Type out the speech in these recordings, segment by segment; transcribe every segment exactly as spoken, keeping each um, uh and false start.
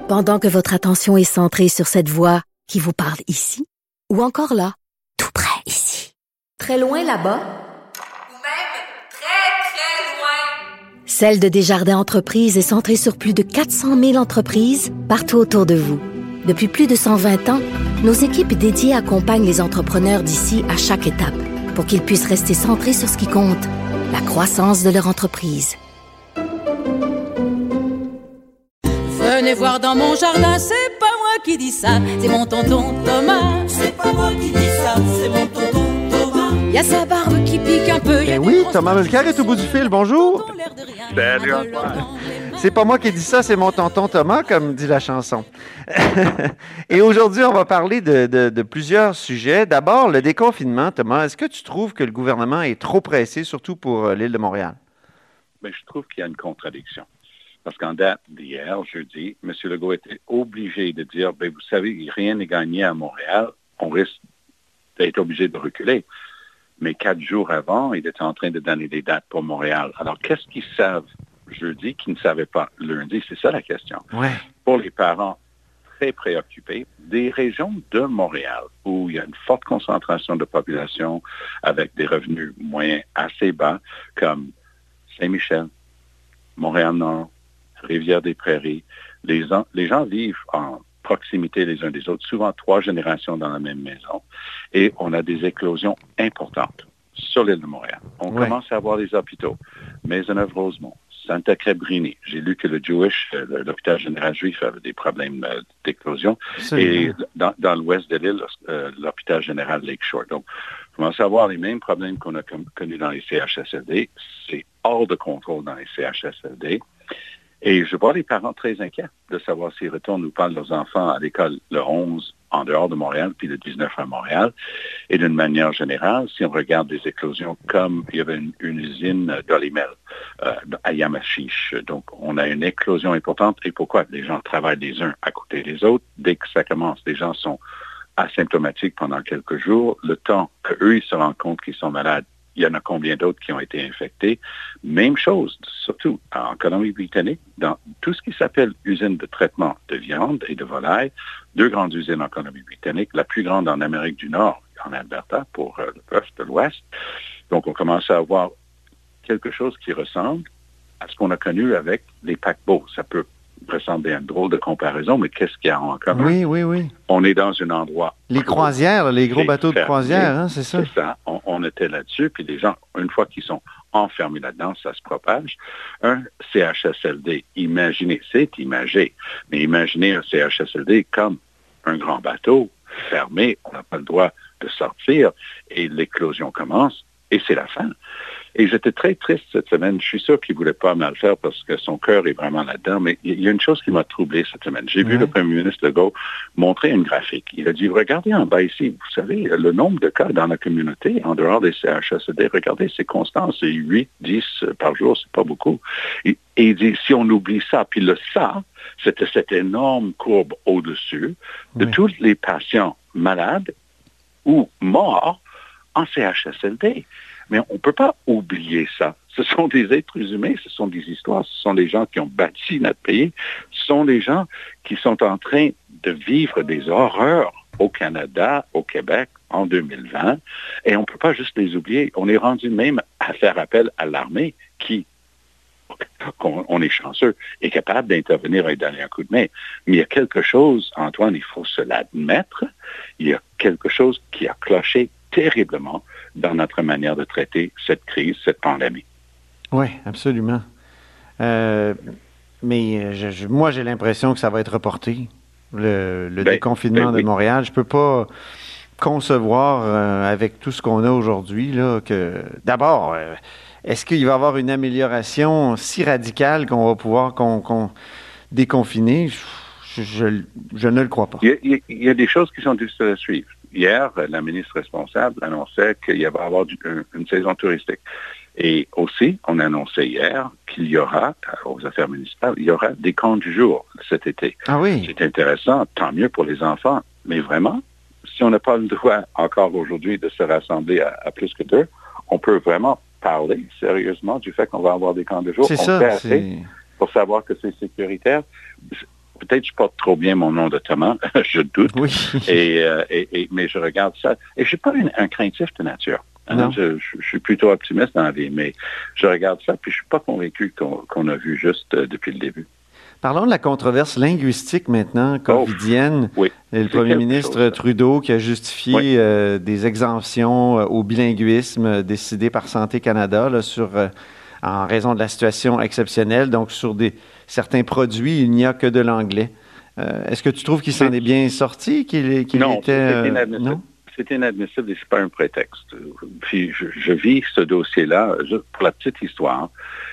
Pendant que votre attention est centrée sur cette voix qui vous parle ici, ou encore là, tout près ici, très loin là-bas, ou même très, très loin. Celle de Desjardins Entreprises est centrée sur plus de quatre cent mille entreprises partout autour de vous. Depuis plus de cent vingt ans, nos équipes dédiées accompagnent les entrepreneurs d'ici à chaque étape pour qu'ils puissent rester centrés sur ce qui compte, la croissance de leur entreprise. Venez voir dans mon jardin, c'est pas moi qui dis ça, c'est mon tonton Thomas. C'est pas moi qui dis ça, c'est mon tonton Thomas. Y a sa barbe qui pique un peu. Ben oui, Thomas Mulcair est au bout du fil, bonjour. Salut Antoine. C'est pas moi qui dis ça, c'est mon tonton Thomas, comme dit la chanson. Et aujourd'hui, on va parler de, de, de plusieurs sujets. D'abord, le déconfinement, Thomas. Est-ce que tu trouves que le gouvernement est trop pressé, surtout pour l'île de Montréal? Bien, je trouve qu'il y a une contradiction. Parce qu'en date d'hier, jeudi, M. Legault était obligé de dire, bien, vous savez, rien n'est gagné à Montréal, on risque d'être obligé de reculer. Mais quatre jours avant, il était en train de donner des dates pour Montréal. Alors, qu'est-ce qu'ils savent jeudi qu'ils ne savaient pas lundi? C'est ça la question. Ouais. Pour les parents très préoccupés, des régions de Montréal où il y a une forte concentration de population avec des revenus moyens assez bas, comme Saint-Michel, Montréal-Nord, Rivière-des-Prairies. Les, en, les gens vivent en proximité les uns des autres, souvent trois générations dans la même maison. Et on a des éclosions importantes sur l'île de Montréal. On ouais. commence à avoir des hôpitaux. Maisonneuve-Rosemont, Santa-Crève-Brini. J'ai lu que le Jewish, l'hôpital général juif avait des problèmes d'éclosion. Et dans, dans l'ouest de l'île, euh, l'hôpital général Lakeshore. Donc, on commence à avoir les mêmes problèmes qu'on a connus dans les C H S L D. C'est hors de contrôle dans les C H S L D. Et je vois les parents très inquiets de savoir s'ils retournent ou pas leurs enfants à l'école le onze en dehors de Montréal, puis le dix-neuf à Montréal. Et d'une manière générale, si on regarde des éclosions comme il y avait une, une usine d'Olimel euh, à Yamachiche. Donc, on a une éclosion importante. Et pourquoi? Les gens travaillent les uns à côté des autres. Dès que ça commence, les gens sont asymptomatiques pendant quelques jours. Le temps qu'eux, ils se rendent compte qu'ils sont malades, il y en a combien d'autres qui ont été infectés? Même chose, surtout en Colombie-Britannique, dans tout ce qui s'appelle usine de traitement de viande et de volaille, deux grandes usines en Colombie-Britannique, la plus grande en Amérique du Nord, en Alberta, pour euh, le bœuf de l'Ouest. Donc, on commence à avoir quelque chose qui ressemble à ce qu'on a connu avec les paquebots. Ça peut ressembler à une drôle de comparaison, mais qu'est-ce qu'il y a en commun? Oui, oui, oui. On est dans un endroit... Les croisières, les gros bateaux de croisière, hein, c'est ça? C'est ça. On, on était là-dessus, puis les gens, une fois qu'ils sont enfermés là-dedans, ça se propage. Un C H S L D, imaginez, c'est imagé, mais imaginez un C H S L D comme un grand bateau fermé, on n'a pas le droit de sortir, et l'éclosion commence, et c'est la fin. Et j'étais très triste cette semaine. Je suis sûr qu'il ne voulait pas mal faire parce que son cœur est vraiment là-dedans. Mais il y a une chose qui m'a troublé cette semaine. J'ai ouais. vu le premier ministre Legault montrer une graphique. Il a dit, regardez en bas ici, vous savez, le nombre de cas dans la communauté, en dehors des C H S L D, regardez, c'est constant, c'est huit, dix par jour, c'est pas beaucoup. Et, et il dit, si on oublie ça, puis le ça, c'était cette énorme courbe au-dessus de oui. tous les patients malades ou morts en C H S L D. Mais on ne peut pas oublier ça. Ce sont des êtres humains, ce sont des histoires, ce sont des gens qui ont bâti notre pays, ce sont des gens qui sont en train de vivre des horreurs au Canada, au Québec, en deux mille vingt, et on ne peut pas juste les oublier. On est rendu même à faire appel à l'armée qui, on, on est chanceux, est capable d'intervenir et de donner un coup de main. Mais il y a quelque chose, Antoine, il faut se l'admettre, il y a quelque chose qui a cloché terriblement dans notre manière de traiter cette crise, cette pandémie. Oui, absolument. Euh, mais je, je, moi, j'ai l'impression que ça va être reporté, le, le ben, déconfinement ben oui. de Montréal. Je ne peux pas concevoir, euh, avec tout ce qu'on a aujourd'hui, là, que d'abord, euh, est-ce qu'il va y avoir une amélioration si radicale qu'on va pouvoir qu'on, qu'on déconfiner? Je, je, je ne le crois pas. Il y a, il y a des choses qui sont difficiles à suivre. Hier, la ministre responsable annonçait qu'il y va y avoir du, une, une saison touristique. Et aussi, on annonçait hier qu'il y aura, aux affaires municipales, il y aura des camps du jour cet été. Ah oui? C'est intéressant, tant mieux pour les enfants. Mais vraiment, si on n'a pas le droit encore aujourd'hui de se rassembler à, à plus que deux, on peut vraiment parler sérieusement du fait qu'on va avoir des camps de jour. C'est on ça. fait assez pour savoir que c'est sécuritaire. peut-être je porte trop bien mon nom de Thomas, je doute. Oui. et, euh, et, et, mais je regarde ça. Et je ne suis pas un, un craintif de nature. Hein, je, je, je suis plutôt optimiste dans la vie, mais je regarde ça, puis je ne suis pas convaincu qu'on, qu'on a vu juste euh, depuis le début. Parlons de la controverse linguistique maintenant, covidienne. Oh, oui. Et le premier ministre chose, Trudeau qui a justifié oui. euh, des exemptions euh, au bilinguisme euh, décidées par Santé Canada là, sur, euh, en raison de la situation exceptionnelle. Donc, sur des, certains produits, il n'y a que de l'anglais. Euh, est-ce que tu trouves qu'il s'en est bien sorti, qu'il, qu'il non, était... Euh, non, c'est inadmissible et ce n'est pas un prétexte. Puis je, je vis ce dossier-là, je, pour la petite histoire,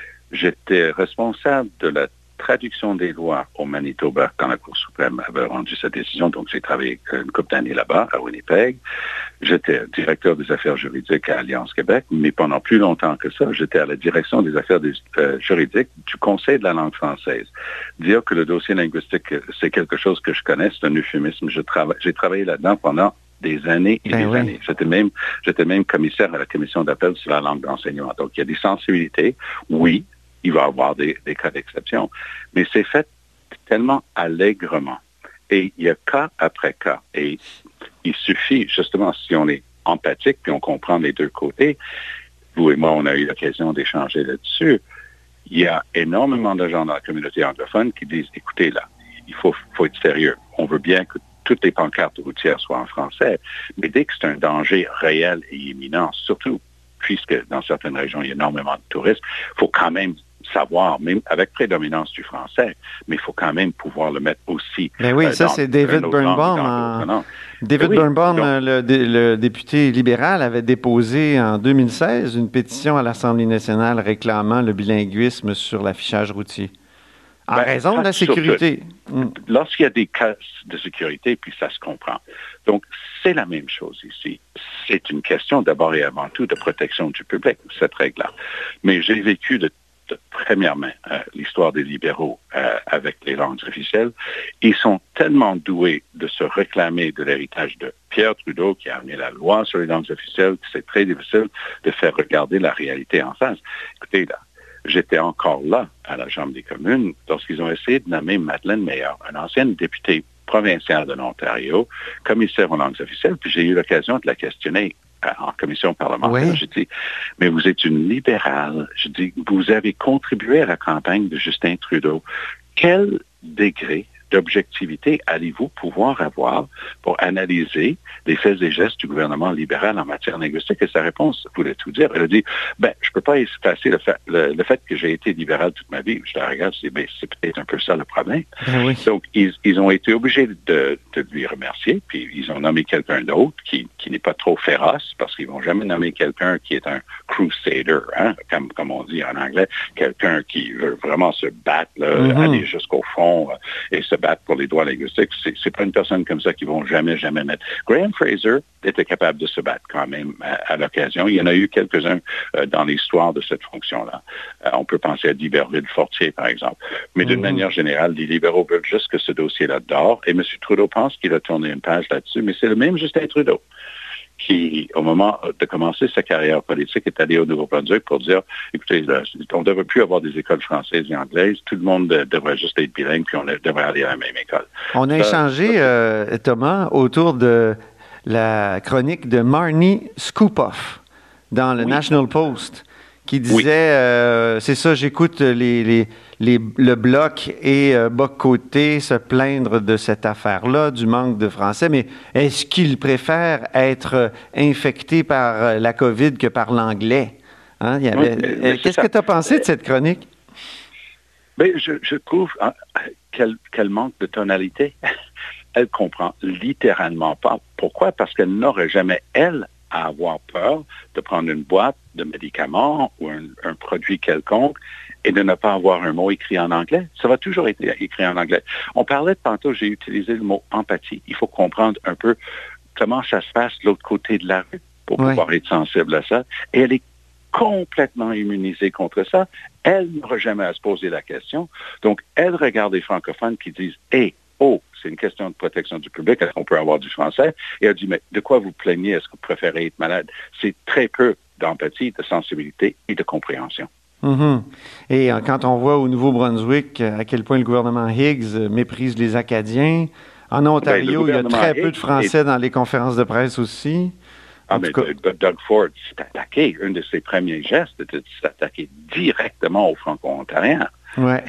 j'étais responsable de la traduction des lois au Manitoba quand la Cour suprême avait rendu sa décision. Donc, j'ai travaillé une couple d'années là-bas, à Winnipeg. J'étais directeur des affaires juridiques à Alliance Québec, mais pendant plus longtemps que ça, j'étais à la direction des affaires des, euh, juridiques du Conseil de la langue française. Dire que le dossier linguistique, c'est quelque chose que je connais, c'est un euphémisme. Je trava- j'ai travaillé là-dedans pendant des années et ben des oui. années. J'étais même, j'étais même commissaire à la commission d'appel sur la langue d'enseignement. Donc, il y a des sensibilités, oui, il va y avoir des, des cas d'exception. Mais c'est fait tellement allègrement. Et il y a cas après cas. Et il suffit, justement, si on est empathique puis on comprend les deux côtés, vous et moi, on a eu l'occasion d'échanger là-dessus, il y a énormément de gens dans la communauté anglophone qui disent, écoutez, là, il faut, faut être sérieux. On veut bien que toutes les pancartes routières soient en français, mais dès que c'est un danger réel et imminent, surtout puisque dans certaines régions, il y a énormément de touristes, il faut quand même savoir, même avec prédominance du français, mais il faut quand même pouvoir le mettre aussi. Mais oui, euh, ça, c'est David Birnbaum. En... David oui, Birnbaum, donc... le, le député libéral, avait déposé en deux mille seize une pétition à l'Assemblée nationale réclamant le bilinguisme sur l'affichage routier. En ben, raison de la sécurité. Mm. Lorsqu'il y a des cas de sécurité, puis ça se comprend. Donc, c'est la même chose ici. C'est une question d'abord et avant tout de protection du public, cette règle-là. Mais j'ai vécu de, de première main euh, l'histoire des libéraux euh, avec les langues officielles. Ils sont tellement doués de se réclamer de l'héritage de Pierre Trudeau, qui a amené la loi sur les langues officielles, que c'est très difficile de faire regarder la réalité en face. Écoutez, là, j'étais encore là, à la Chambre des communes, lorsqu'ils ont essayé de nommer Madeleine Meilleur, une ancienne députée provinciale de l'Ontario, commissaire aux langues officielles, puis j'ai eu l'occasion de la questionner euh, en commission parlementaire. Oui. J'ai dit, mais vous êtes une libérale. Je dis, vous avez contribué à la campagne de Justin Trudeau. Quel degré d'objectivité allez-vous pouvoir avoir pour analyser les faits et gestes du gouvernement libéral en matière linguistique? Et sa réponse voulait tout dire. Elle a dit, ben, je peux pas effacer le fait, le, le fait que j'ai été libéral toute ma vie. Je la regarde, je dis, ben, c'est peut-être un peu ça le problème. Ben oui. Donc, ils, ils ont été obligés de, de lui remercier, puis ils ont nommé quelqu'un d'autre qui, qui n'est pas trop féroce, parce qu'ils vont jamais nommer quelqu'un qui est un crusader, hein, comme, comme on dit en anglais, quelqu'un qui veut vraiment se battre, là, mm-hmm. aller jusqu'au fond, euh, et se battre pour les droits linguistiques. C'est, c'est pas une personne comme ça qu'ils vont jamais, jamais mettre. Graham Fraser était capable de se battre quand même à, à l'occasion. Il y en a eu quelques-uns euh, dans l'histoire de cette fonction-là. Euh, on peut penser à D'Iberville-Fortier, par exemple. Mais d'une mmh. manière générale, les libéraux veulent juste que ce dossier-là dort. Et M. Trudeau pense qu'il a tourné une page là-dessus, mais c'est le même Justin Trudeau qui, au moment de commencer sa carrière politique, est allé au Nouveau-Brunswick pour dire, écoutez, là, on ne devrait plus avoir des écoles françaises et anglaises, tout le monde devrait juste être bilingue, puis on devrait aller à la même école. On a ça, échangé, ça, euh, Thomas, autour de la chronique de Marnie Skoopoff dans le oui. National Post, qui disait, oui. euh, c'est ça, j'écoute les, les, les, le Bloc et euh, Bock-Côté se plaindre de cette affaire-là, du manque de français, mais est-ce qu'ils préfèrent être infectés par la COVID que par l'anglais? Hein? Il y avait... oui, Qu'est-ce que tu as pensé de cette chronique? Bien, je, je trouve hein, qu'elle, qu'elle manque de tonalité. Elle comprend littéralement pas. Pourquoi? Parce qu'elle n'aurait jamais, elle, à avoir peur de prendre une boîte de médicaments ou un, un produit quelconque et de ne pas avoir un mot écrit en anglais. Ça va toujours être écrit en anglais. On parlait de tantôt, j'ai utilisé le mot empathie. Il faut comprendre un peu comment ça se passe de l'autre côté de la rue pour oui. pouvoir être sensible à ça. Et elle est complètement immunisée contre ça. Elle n'aura jamais à se poser la question. Donc, elle regarde les francophones qui disent « Hey, oh, c'est une question de protection du public, est-ce qu'on peut avoir du français? » Et elle dit, mais de quoi vous plaignez? Est-ce que vous préférez être malade? C'est très peu d'empathie, de sensibilité et de compréhension. Mm-hmm. Et euh, quand on voit au Nouveau-Brunswick à quel point le gouvernement Higgs méprise les Acadiens, en Ontario, ben, il y a très Higgs peu de Français est... dans les conférences de presse aussi. Ah, mais cas... Doug Ford s'est attaqué. Un de ses premiers gestes était de s'attaquer directement aux Franco-Ontariens. Ouais.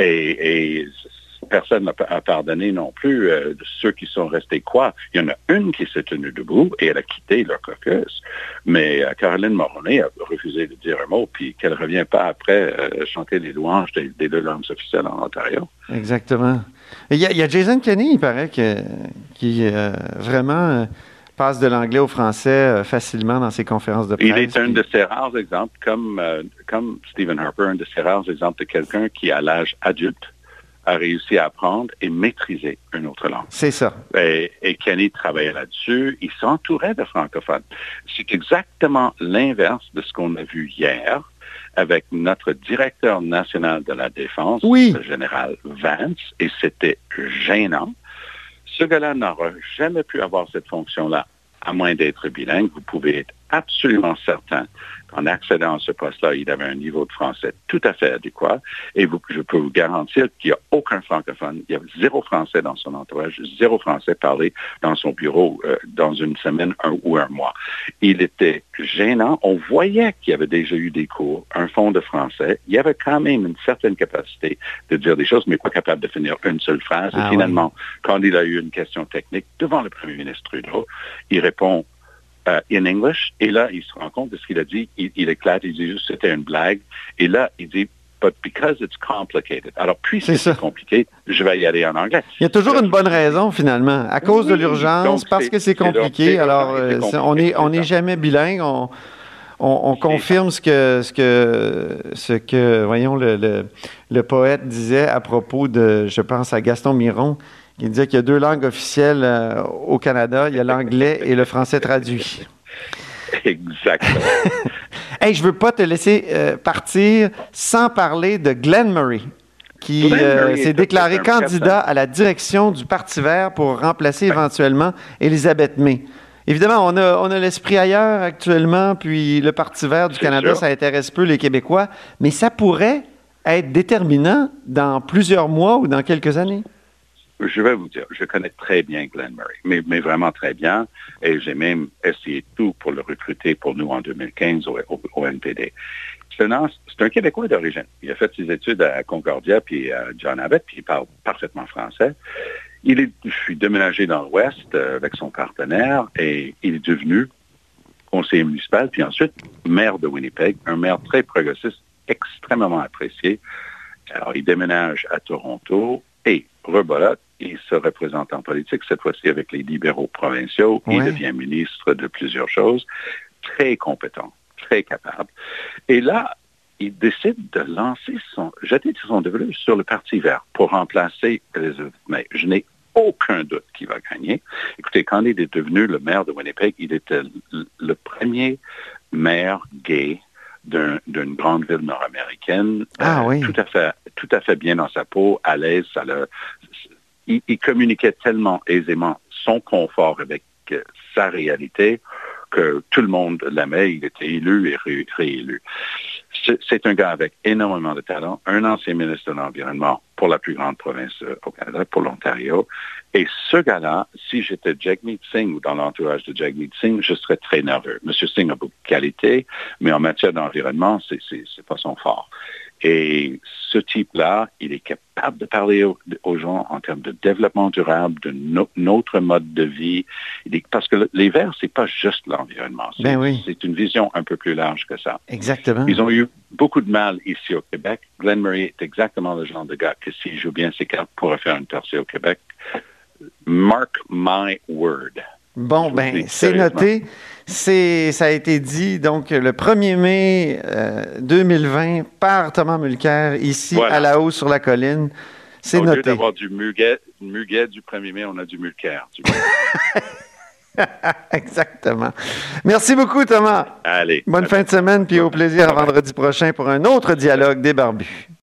Et, et personne n'a pardonné non plus euh, de ceux qui sont restés quoi. Il y en a une qui s'est tenue debout et elle a quitté leur caucus. Mais euh, Caroline Moroney a refusé de dire un mot, puis qu'elle ne revient pas après euh, chanter les louanges des, des deux langues officielles en Ontario. Exactement. Il y, y a Jason Kenney, il paraît, que, qui euh, vraiment... Euh, passe de l'anglais au français euh, facilement dans ses conférences de presse. Il est un puis... de ces rares exemples, comme, euh, comme Stephen Harper, un de ces rares exemples de quelqu'un qui, à l'âge adulte, a réussi à apprendre et maîtriser une autre langue. C'est ça. Et, et Kenny travaillait là-dessus. Il s'entourait de francophones. C'est exactement l'inverse de ce qu'on a vu hier avec notre directeur national de la Défense, oui. le général Vance, et c'était gênant. Ce gars-là n'aura jamais pu avoir cette fonction-là, à moins d'être bilingue. Vous pouvez être absolument certain qu'en accédant à ce poste-là, il avait un niveau de français tout à fait adéquat. Et vous, je peux vous garantir qu'il n'y a aucun francophone. Il y a zéro français dans son entourage, zéro français parlé dans son bureau euh, dans une semaine un, ou un mois. Il était gênant. On voyait qu'il avait déjà eu des cours, un fond de français. Il y avait quand même une certaine capacité de dire des choses, mais pas capable de finir une seule phrase. Ah, et finalement, oui. quand il a eu une question technique devant le premier ministre Trudeau, il répond Uh, in English, et là, il se rend compte de ce qu'il a dit, il, il éclate, il dit juste c'était une blague, et là, il dit, but because it's complicated. Alors, puisque c'est compliqué, je vais y aller en anglais. Il y a toujours là, une bonne raison, finalement, à cause oui, de l'urgence, donc, parce que c'est compliqué, alors euh, compliqué, on n'est on est jamais bilingue, on, on, on confirme ce que, ce que, ce que, voyons, le, le, le poète disait à propos de, je pense à Gaston Miron, qui disait qu'il y a deux langues officielles euh, au Canada. Il y a l'anglais et le français traduit. Exactement. Hey, je ne veux pas te laisser euh, partir sans parler de Glenn Murray, qui euh, s'est déclaré candidat à la direction du Parti vert pour remplacer éventuellement Elisabeth May. Évidemment, on a, on a l'esprit ailleurs actuellement, puis le Parti vert du Canada, sûr. Ça intéresse peu les Québécois, mais ça pourrait être déterminant dans plusieurs mois ou dans quelques années. Je vais vous dire, je connais très bien Glenn Murray, mais, mais vraiment très bien, et j'ai même essayé tout pour le recruter pour nous en deux mille quinze au, au, au N P D. C'est un, c'est un Québécois d'origine. Il a fait ses études à Concordia puis à John Abbott, puis il parle parfaitement français. Il est, je suis déménagé dans l'Ouest euh, avec son partenaire, et il est devenu conseiller municipal, puis ensuite maire de Winnipeg, un maire très progressiste, extrêmement apprécié. Alors, il déménage à Toronto, et rebolote, il se représente en politique, cette fois-ci avec les libéraux provinciaux. Oui. Il devient ministre de plusieurs choses. Très compétent, très capable. Et là, il décide de lancer son, jeter son dévolu sur le Parti vert pour remplacer Elizabeth May. Je n'ai aucun doute qu'il va gagner. Écoutez, quand il est devenu le maire de Winnipeg, il était le, le premier maire gay D'un, d'une grande ville nord-américaine, ah, euh, oui. tout à fait, tout à fait bien dans sa peau, à l'aise. Ça le, il, il communiquait tellement aisément son confort avec euh, sa réalité que tout le monde l'aimait. Il était élu et ré, réélu. C'est, c'est un gars avec énormément de talent, un ancien ministre de l'Environnement pour la plus grande province euh, au Canada, pour l'Ontario. Et ce gars-là, si j'étais Jagmeet Singh ou dans l'entourage de Jagmeet Singh, je serais très nerveux. Monsieur Singh a beaucoup de qualité, mais en matière d'environnement, c'est, c'est, c'est pas son fort. Et ce type-là, il est capable de parler aux, aux gens en termes de développement durable, de no, notre mode de vie. Il est, parce que les Verts, c'est pas juste l'environnement. C'est, ben oui. c'est une vision un peu plus large que ça. Exactement. Ils ont eu beaucoup de mal ici au Québec. Glenn Murray est exactement le genre de gars que s'il joue bien ses cartes, pourrait faire une percée au Québec. Mark my word. Bon, ben, c'est noté. C'est, ça a été dit, donc, le premier mai euh, deux mille vingt par Thomas Mulcair, ici, voilà. À la haut sur la colline. C'est Au noté. Au lieu d'avoir du muguet, muguet du premier mai, on a du Mulcair. Du Exactement. Merci beaucoup, Thomas. Allez. Bonne fin de semaine, puis au plaisir à vendredi prochain pour un autre dialogue des barbus.